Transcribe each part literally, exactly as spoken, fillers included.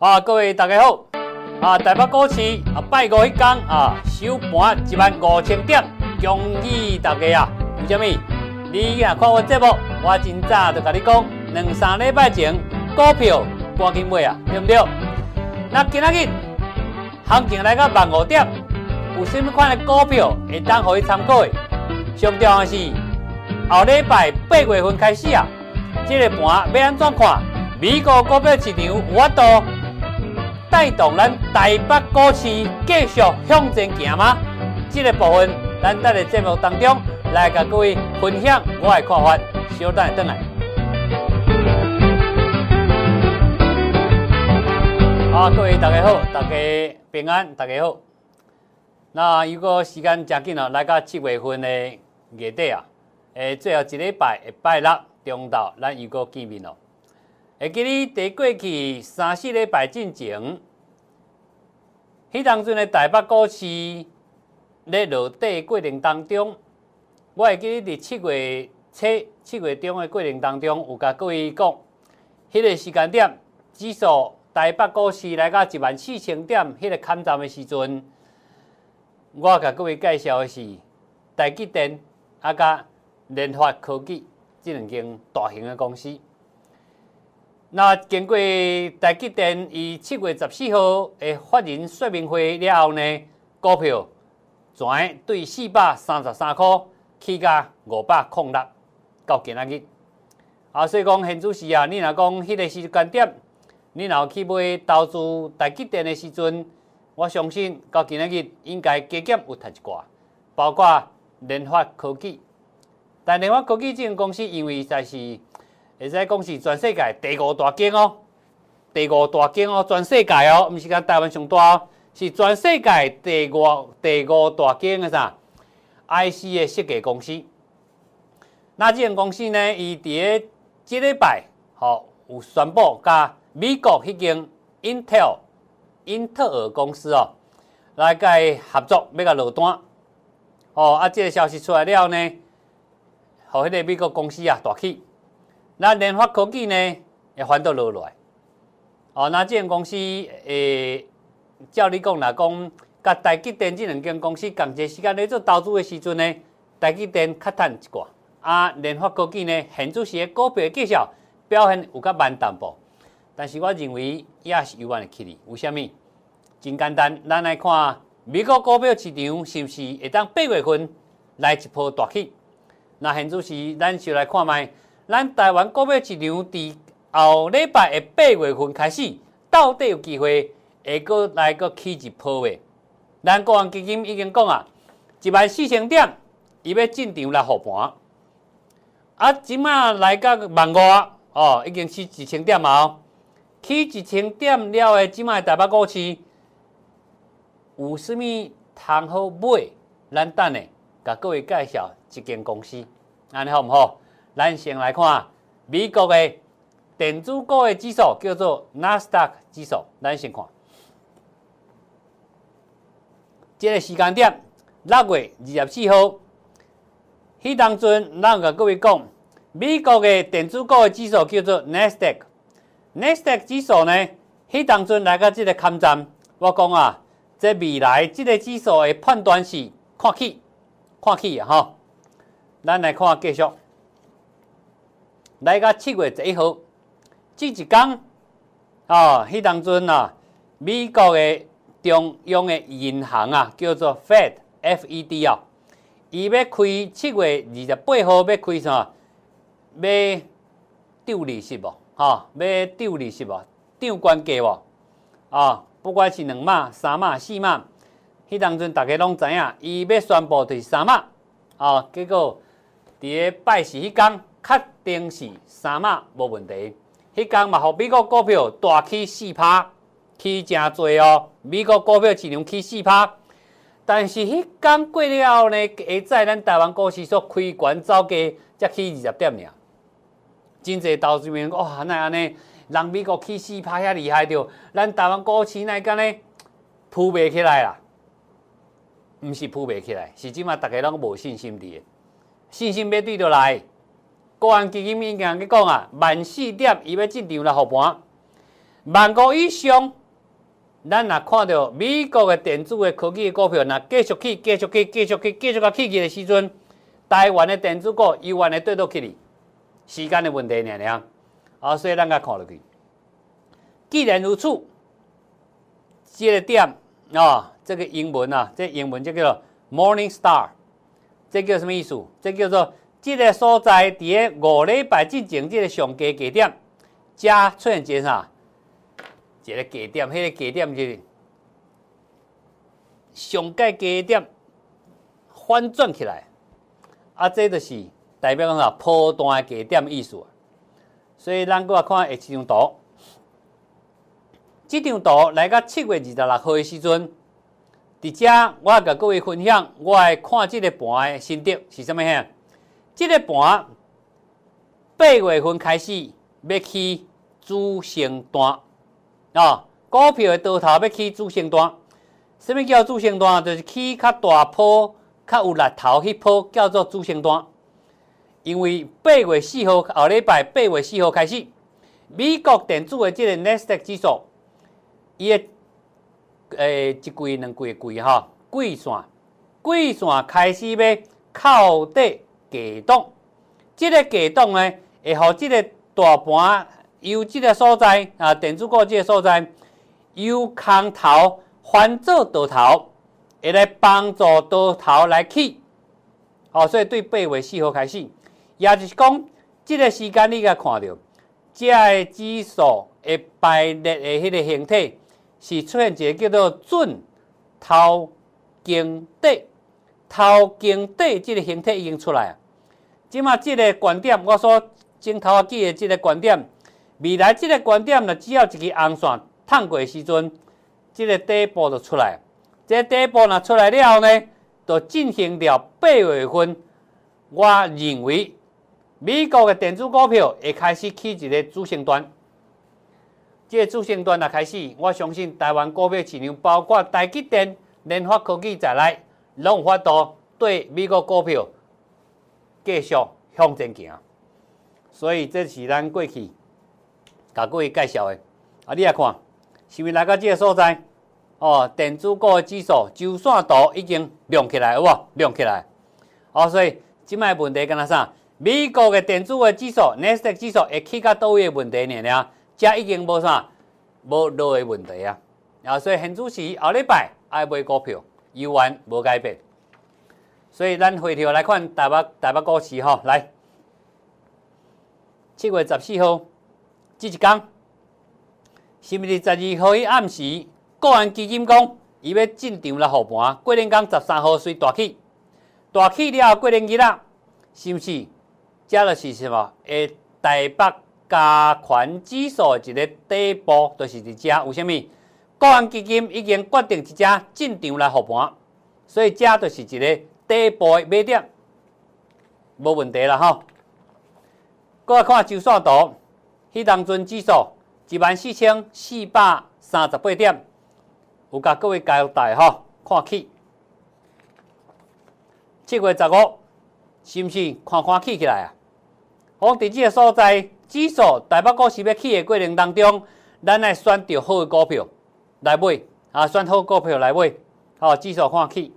啊，各位大家好！啊，台北股市啊，拜五迄天啊，收盘一万五千点，恭喜大家啊！为什么？你若看我节目，我真早就甲你讲，两三礼拜前股票赶紧买啊，对不对？那今仔日行情来到万五点，有什么款的股票会当互你参考的？上重要的是后礼拜八月份开始啊，这个盘要安怎看？美国股票市场有法度带动咱台北股市继续向前行吗？这个部分，咱在个节目当中来甲各位分享我的看法。稍等下转来。好，各位大家好，大家平安，大家好。那如果时间真紧哦，来到七月份的月底啊，诶，最后一礼拜的拜六中昼，咱又搁见面咯。会记你伫过去三四礼拜进前，迄当阵的台北股市咧落底过程当中，我会记你伫七月初、七月中的过程当中，有甲各位讲，迄、那个时间点指数台北股市来到一万四千点，迄、那个坎站的时阵，我甲各位介绍的是台积电啊甲联发科技这两间大型的公司。那经过台积电于七月十四号的法人说明会了后呢，股票全对四百三十三块起价五百零六，到今仔日。啊，所以讲现主时啊，你若讲迄个时间点，你若去买投资台积电的时阵，我相信到今仔日应该加减有赚一寡，包括联发科技。但联发科技这间公司，因为在是会使讲是全世界第五大间哦，第五大间哦，全世界哦，毋是讲台湾上大哦，是全世界第五第五大间的啥 I C 的设计公司。那这间公司呢，伊伫个这礼拜吼有宣布，甲美国迄间 Intel 英特尔公司哦，来甲伊合作，要甲落单。哦，啊，这个消息出来了呢，互迄个美国公司啊大起。那联发科技呢，会反倒落来。哦，那这间公司诶，照你讲啦，讲甲台积电这两间公司同一个时间咧做投资的时阵呢，台积电较赚一寡，啊，联发科技呢，现主时的股票绩效表现有较慢淡薄，但是我认为也是有望会起哩。为什么？真简单，咱来看美国股票市场是不是会当八月份来一波大起？那现主时咱就来看卖。咱台湾股票市场伫后礼拜的八月份开始，到底有机会会搁来搁起一波未？咱国安基金已经讲啊，一万四千点，伊要进场来护盘。啊，即马来到万五哦，已经起一千点嘛。起一千点了的，即马台北股市有啥物通好买？咱等下甲各位介绍一间公司，安尼好毋好？咱先来看美国的电子股的指数，叫做纳斯达克指数。咱先看，这个时间点六月二十四号，迄当阵咱甲各位讲，美国的电子股的指数叫做纳斯达克。纳斯达克指数呢，迄当阵来到这个坎站，我讲啊，这未来这个指数的判断是看起，看起啊吼。咱来看继续。来到七月十一号，这一天哦，迄当阵啊，美国的中央的银行啊，叫做 Fed，F E D 啊，伊要开七月二十八号要开啥？要丢利息无？哈、哦，要丢利息无？丢关价无？啊、哦，不管是两码、三码、四码，迄当阵大家拢知影，伊要宣布就是三码。啊、哦，结果伫个拜四迄天。确定是三码无问题。迄天嘛，互美国股票大起四趴，起真侪哦。美国股票市场起四趴，但是迄天过了后呢，下载咱台湾股市所开悬走价才起二十点尔。真侪投资人讲，哇，那安尼，人美国起四趴遐厉害着，咱台湾股市那干呢，扑袂起来啦。毋是扑袂起来，是即马大家拢无信心伫，信心要对倒来。国安基金已经去讲啊，万四点伊要进场来护盘。 万五以上，咱若看到美国的电子的科技的股票，若继续起、继续起、继续起、继续甲起去的时阵，台湾的电子股永远会对倒去哩，时间的问题尔尔。啊，所以咱甲看落去。既然如此，这个点啊，这个英文啊，这个、英文就叫做 Morning Star， 这叫什么意思？这叫做这个所在伫个五礼拜之前，这个上低低点，加出现一个啥？一个低点，迄、那个低点就是上界低点反转起来，啊，这就是代表讲啥波段的低点意思。所以咱搁来看下一张图。这张图来到七月二十六号的时阵，伫遮我甲各位分享，我来看这个盘的心得是什么样？这个盘八月份开始要起主升段啊，股票的多头要起主升段。什么叫主升段？就是起较大波、较有力头迄波叫做主升段。因为八月四号后礼拜八月四号开始，美国电子的这个 Nasdaq 指数。伊个诶一季两季季哈，季线季线开始要靠底下动，这个下动呢，会互这个大盘由这个所在啊，电子股这个所在由空头翻做多头，会来帮助多头来起。哦，所以对八月四号开始，也就是讲，这个时间你甲看到，这个指数会排列的迄个形态。是出现一个叫做准头经底，头经底这个形态已经出来啊。即马这个观点，我所镜头啊记的这个观点，未来这个观点呢，只要一个红线探过的时阵，这个底部就出来。这个底部若出来了后呢，就进行了八月份，我认为美国的电子股票会开始起一个主升段。这个主升段也开始，我相信台湾股票市场，包括台积电、联发科技在内，拢有法度对美国股票继续向前行。所以这是咱过去甲各位介绍的。啊，你来看，是毋是来到这个所在？哦，电子股的指数周线图已经亮起来，有无？亮起来。哦，所以即摆问题干那啥？美国的电子的指数 ，Nasdaq 指数会起到倒位的问题呢？尔。这已经无啥无落的问题啊！啊，所以现主时后礼拜爱买股票，永远无改变。所以咱回头来看台北台北股市吼，来七月十四号这一天，是毋是十二号迄暗时，个人基金讲伊要进场来护盘。过年港十三号随大起，大起了后过年日啦，是毋是？这就是什么？诶，台北。加权指数一个底部，就是伫遮有啥物？个人基金已经决定一只进场来护盘，所以遮就是一个底部的买点，无问题啦吼。搁来看周线图，迄当阵指数一万四千四百三十八点，有甲各位交代吼，看起七月十五，是毋是看看起起来啊？往伫即个所在。指数台北股市要起的过程当中，咱来选择好的股票来买，啊，选好股票来买，好，指数看起，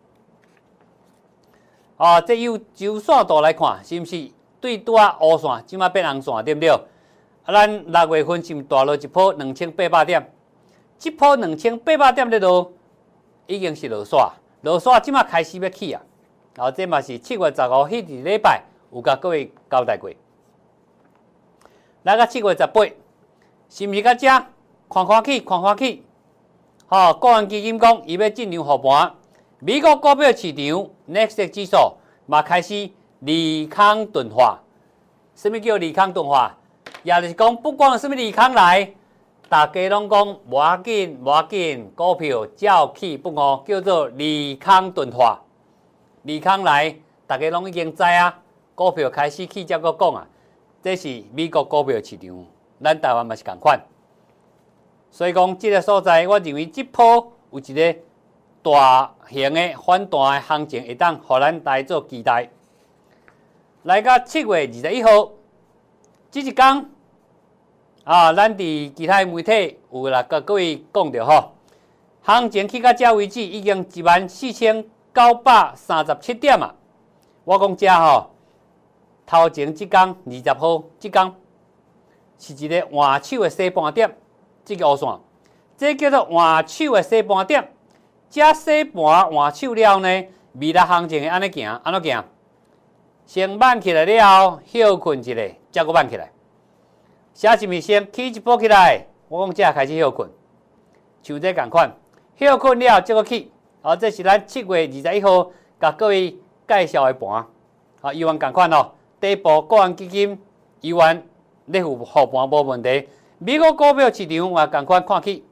啊，这由周线图来看，是毋是对拄啊乌线，即马变红线，对不对？啊，咱六月份是毋大落一波两千八百点，这波两千八百点的落已经是落煞，落煞即马开始要起啊，啊，这嘛是七月十五迄日礼拜有甲各位交代过。来到七月十八，是毋是到遮看看起，看看起？吼、哦，个人基金讲伊要进场护盘，美国股票市场 Nasdaq 指数嘛开始利空钝化。什么叫利空钝化？也就是讲，不管什么利空来，大家拢讲无要紧，无要紧，股票照起不误，叫做利空钝化。利空来，大家拢已经知啊，股票开始起才个讲啊。这是美国股票市场，咱台湾嘛是同款，所以讲这个所在，我认为这波有一个大型的反弹的行情，会当互咱大家做期待。来到七月二十一号，这一天啊，咱伫其他媒体有啦，甲各位讲着吼，行情去到这为止已经一万四千九百三十七点啊。我讲这吼，头前即天二十号即天是一个换手的洗盘点，这个乌线，这叫做换手的洗盘点。这洗盘换手了呢，未来行情会安尼行，安怎行？先慢起来了后，休困一下，再搁慢起来。啥是咪先起一波起来？我讲这开始休困，像这共款，休困了再搁起。哦，这是咱七月二十一号甲各位介绍的盘。啊，依然共款哦，第一步个人基金依然咧付护盘无问题。美国股票市场也共款看起。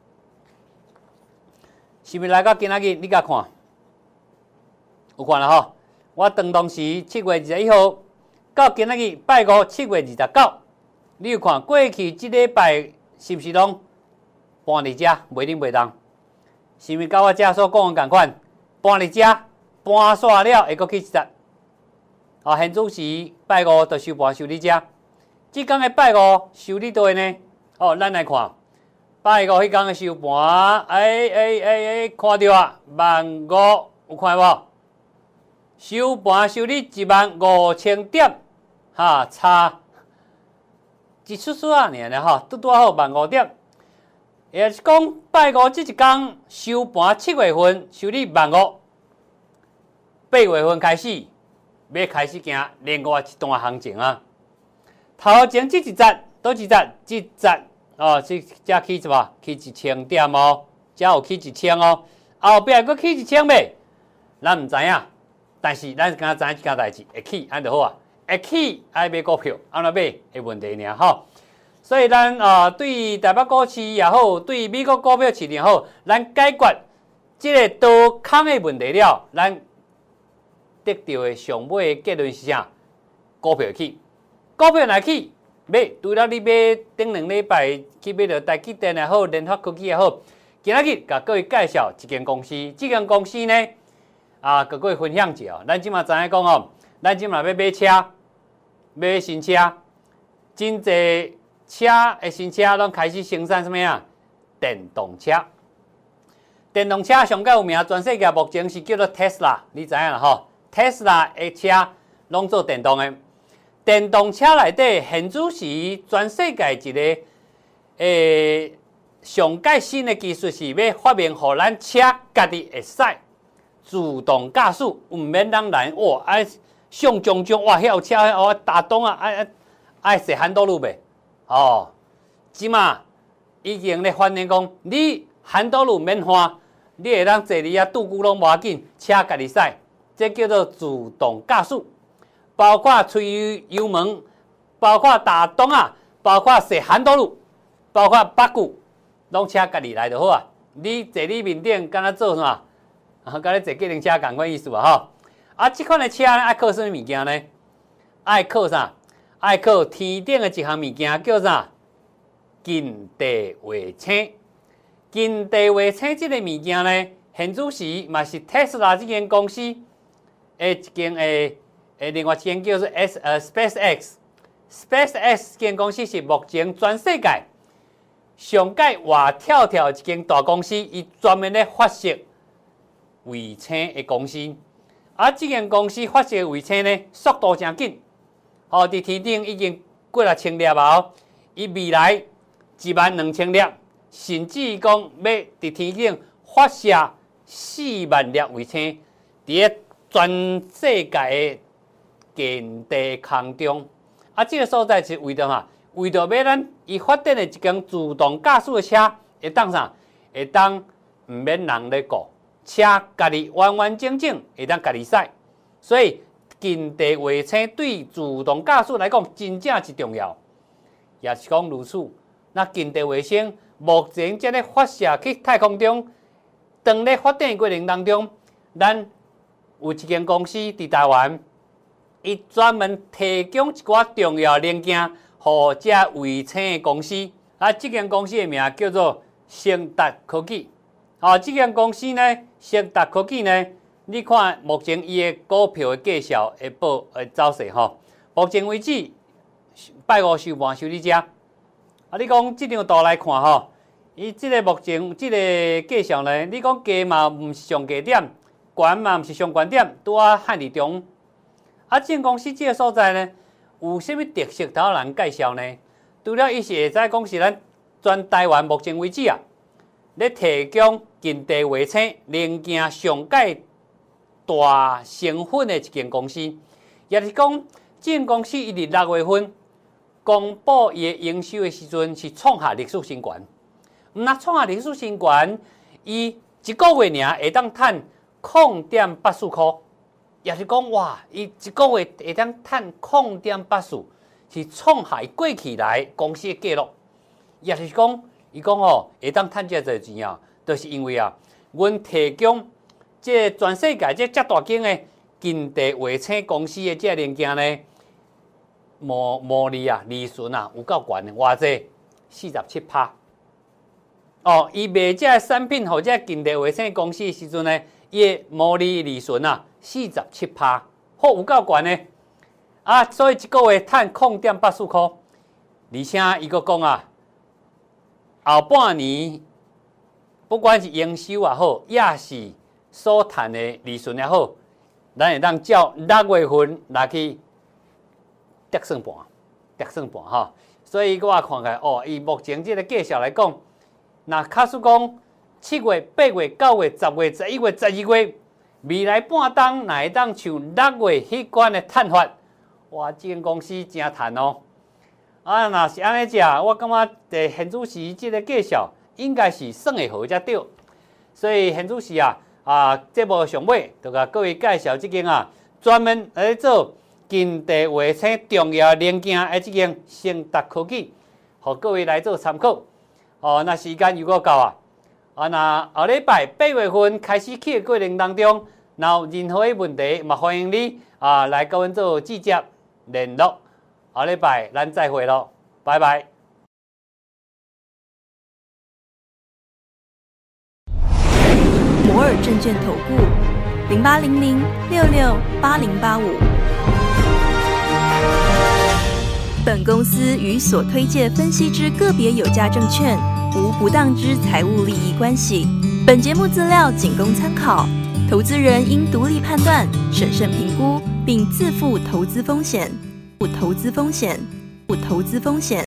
是毋是来到今仔日？你甲看，有看啦吼！我当当时七月二十一号到今仔日拜五七月二十九，你有看过去即礼拜是毋是拢搬伫遮袂冷袂动？是毋是甲我遮所讲的共款？搬伫遮搬煞了会阁去一节。啊，现主时拜五就收盘收伫遮，即天的拜五收伫倒呢？哦，咱来看。拜五迄天的收盘，哎哎哎哎，看到啊，万五有看无？收盘收你一万五千点，哈，差一chút chút啊，尔咧吼，拄拄好万五点。也是讲拜五即一天收盘，七月份收你万五，八月份开始要开始行另外一段行情啊。头前即一节倒一节，一节。哦，这这起什么？起一千点哦，这有起一千哦，后壁佫起一千袂？咱唔知影，但是咱敢知影一件代志，会起安就好啊。会起爱买股票，安怎买的问题尔吼。所以咱呃对台北股市也好，对美国股票市场好，咱解决这个多空的问题了，咱得到的上尾的结论是啥？股票起，股票来起。买，除了你买顶两礼拜去买到台积电也好，联发科技也好，今仔日甲各位介绍一间公司，这间公司呢，啊，甲各位分享一下。咱即马知影讲哦，咱即马要买车，买新车，真侪车的新车拢开始生产什么啊？电动车。电动车上较有名，全世界目前是叫做 Tesla， 你知影啦吼 ？Tesla 的车拢做电动的。电动车内底，现主是全世界一个诶上界新的技术，是要发明，互咱车家己会使自动驾驶，毋免人来哇，爱上中中哇，遐有车哦打动啊，爱爱爱坐hand道路呗。哦，即马已经咧反映讲，你hand道路免换，你会当坐伫遐拄久拢无要紧，车家己驶，这叫做自动驾驶。包括吹油门，包括打洞啊，包括坐hand道路，包括八股，拢车家己来就好啊。你坐你面顶，敢若做啥？啊，敢若坐计程车共款意思啊吼。啊，即款的车呢，爱靠什么物件呢？爱靠啥？爱靠天顶的一项物件叫啥？近地卫星。近地卫星这个物件呢，现主时嘛是 Tesla 这间公司诶一间诶。诶，另外一间叫做 S 呃 SpaceX，SpaceX 这间公司是目前全世界上界外跳跳一间大公司，伊专门咧发射卫星的公司。啊，这间公司发射卫星呢，速度真紧，哦，伫天顶已经过了千粒啊！伊未来一万两千粒，甚至讲要伫天顶发射四万粒卫星，伫咧全世界的近地空中，啊，这个所在是为着嘛？为着要咱伊发展的一间自动驾驶的车，会当啥？会当唔免人咧顾，车家己完完整整会当家己驶。所以近地卫星对自动驾驶来讲，真正是重要。也是讲如此，那近地卫星目前正咧发射去太空中，当咧发展过程当中，咱有一间公司伫台湾。伊专门提供一寡重要零件，互这卫星的公司。啊，这间公司的名叫做升达科技。啊，这间公司呢，升达科技呢，你看目前伊的股票的介绍会报会走势吼。目前为止，拜五收盘收伫遮， 啊，你讲这张图来看吼，伊这个目前这个价上呢，你讲价嘛唔是上价点，悬嘛唔是上悬点，拄啊汉伫中。啊，这公司这个所在呢，有啥物特色？头有人介绍呢？除了伊是会使讲是咱全台湾目前为止啊，咧提供近地卫星零件上界大成分的一间公司，也是讲这间公司伊伫六月份公布伊的营收的时阵是创下历史新高。毋那创下历史新高，伊一个月尔会当赚零点八四块，也是讲哇，伊一个月会当赚零点八四，是创下过去来公司的记录。也是讲，伊讲哦，会当赚遮侪钱啊，都、就是因为啊，阮提供这全世界这遮大间的近地卫星公司的这零件呢，毛毛利啊、利润啊有够悬的，偌济四十七趴。哦，伊卖这产品或者近地卫星公司的时阵呢，伊的毛利利润啊四十七趴，好有够悬的啊！所以一个月赚零点八四块，而且伊个讲啊。后半年，不管是营收也好，也是所赚的利润也好，咱会当照六月份来去得算盘，得算盘哈。所以我看起来，哦，以目前这个介绍来讲，那假使讲七月、八月、九月、十月、十一月、十二月，未来半冬哪会当像六月迄款的赚法，哇，这间公司真赚哦。啊，若是安尼食，我感觉伫现主席即个介绍应该是算会好才对。所以现主席啊，啊节目上尾就甲各位介绍即间啊，专门来做近地卫星重要零件的即间盛达科技，互各位来做参考。哦，那时间如果够啊，啊那后礼拜八月份开始起的过程当中，若有任何的问题，嘛欢迎你啊来甲阮做直接联络。下礼拜咱再会咯，拜拜。 摩尔证券投顾零八零零六六八零八五。本公司与所推介分析之个别有价证券无不当之财务利益关系。本节目资料仅供参考，投资人应独立判断、审慎评估，并自负投资风险。不投资风险，不投资风险。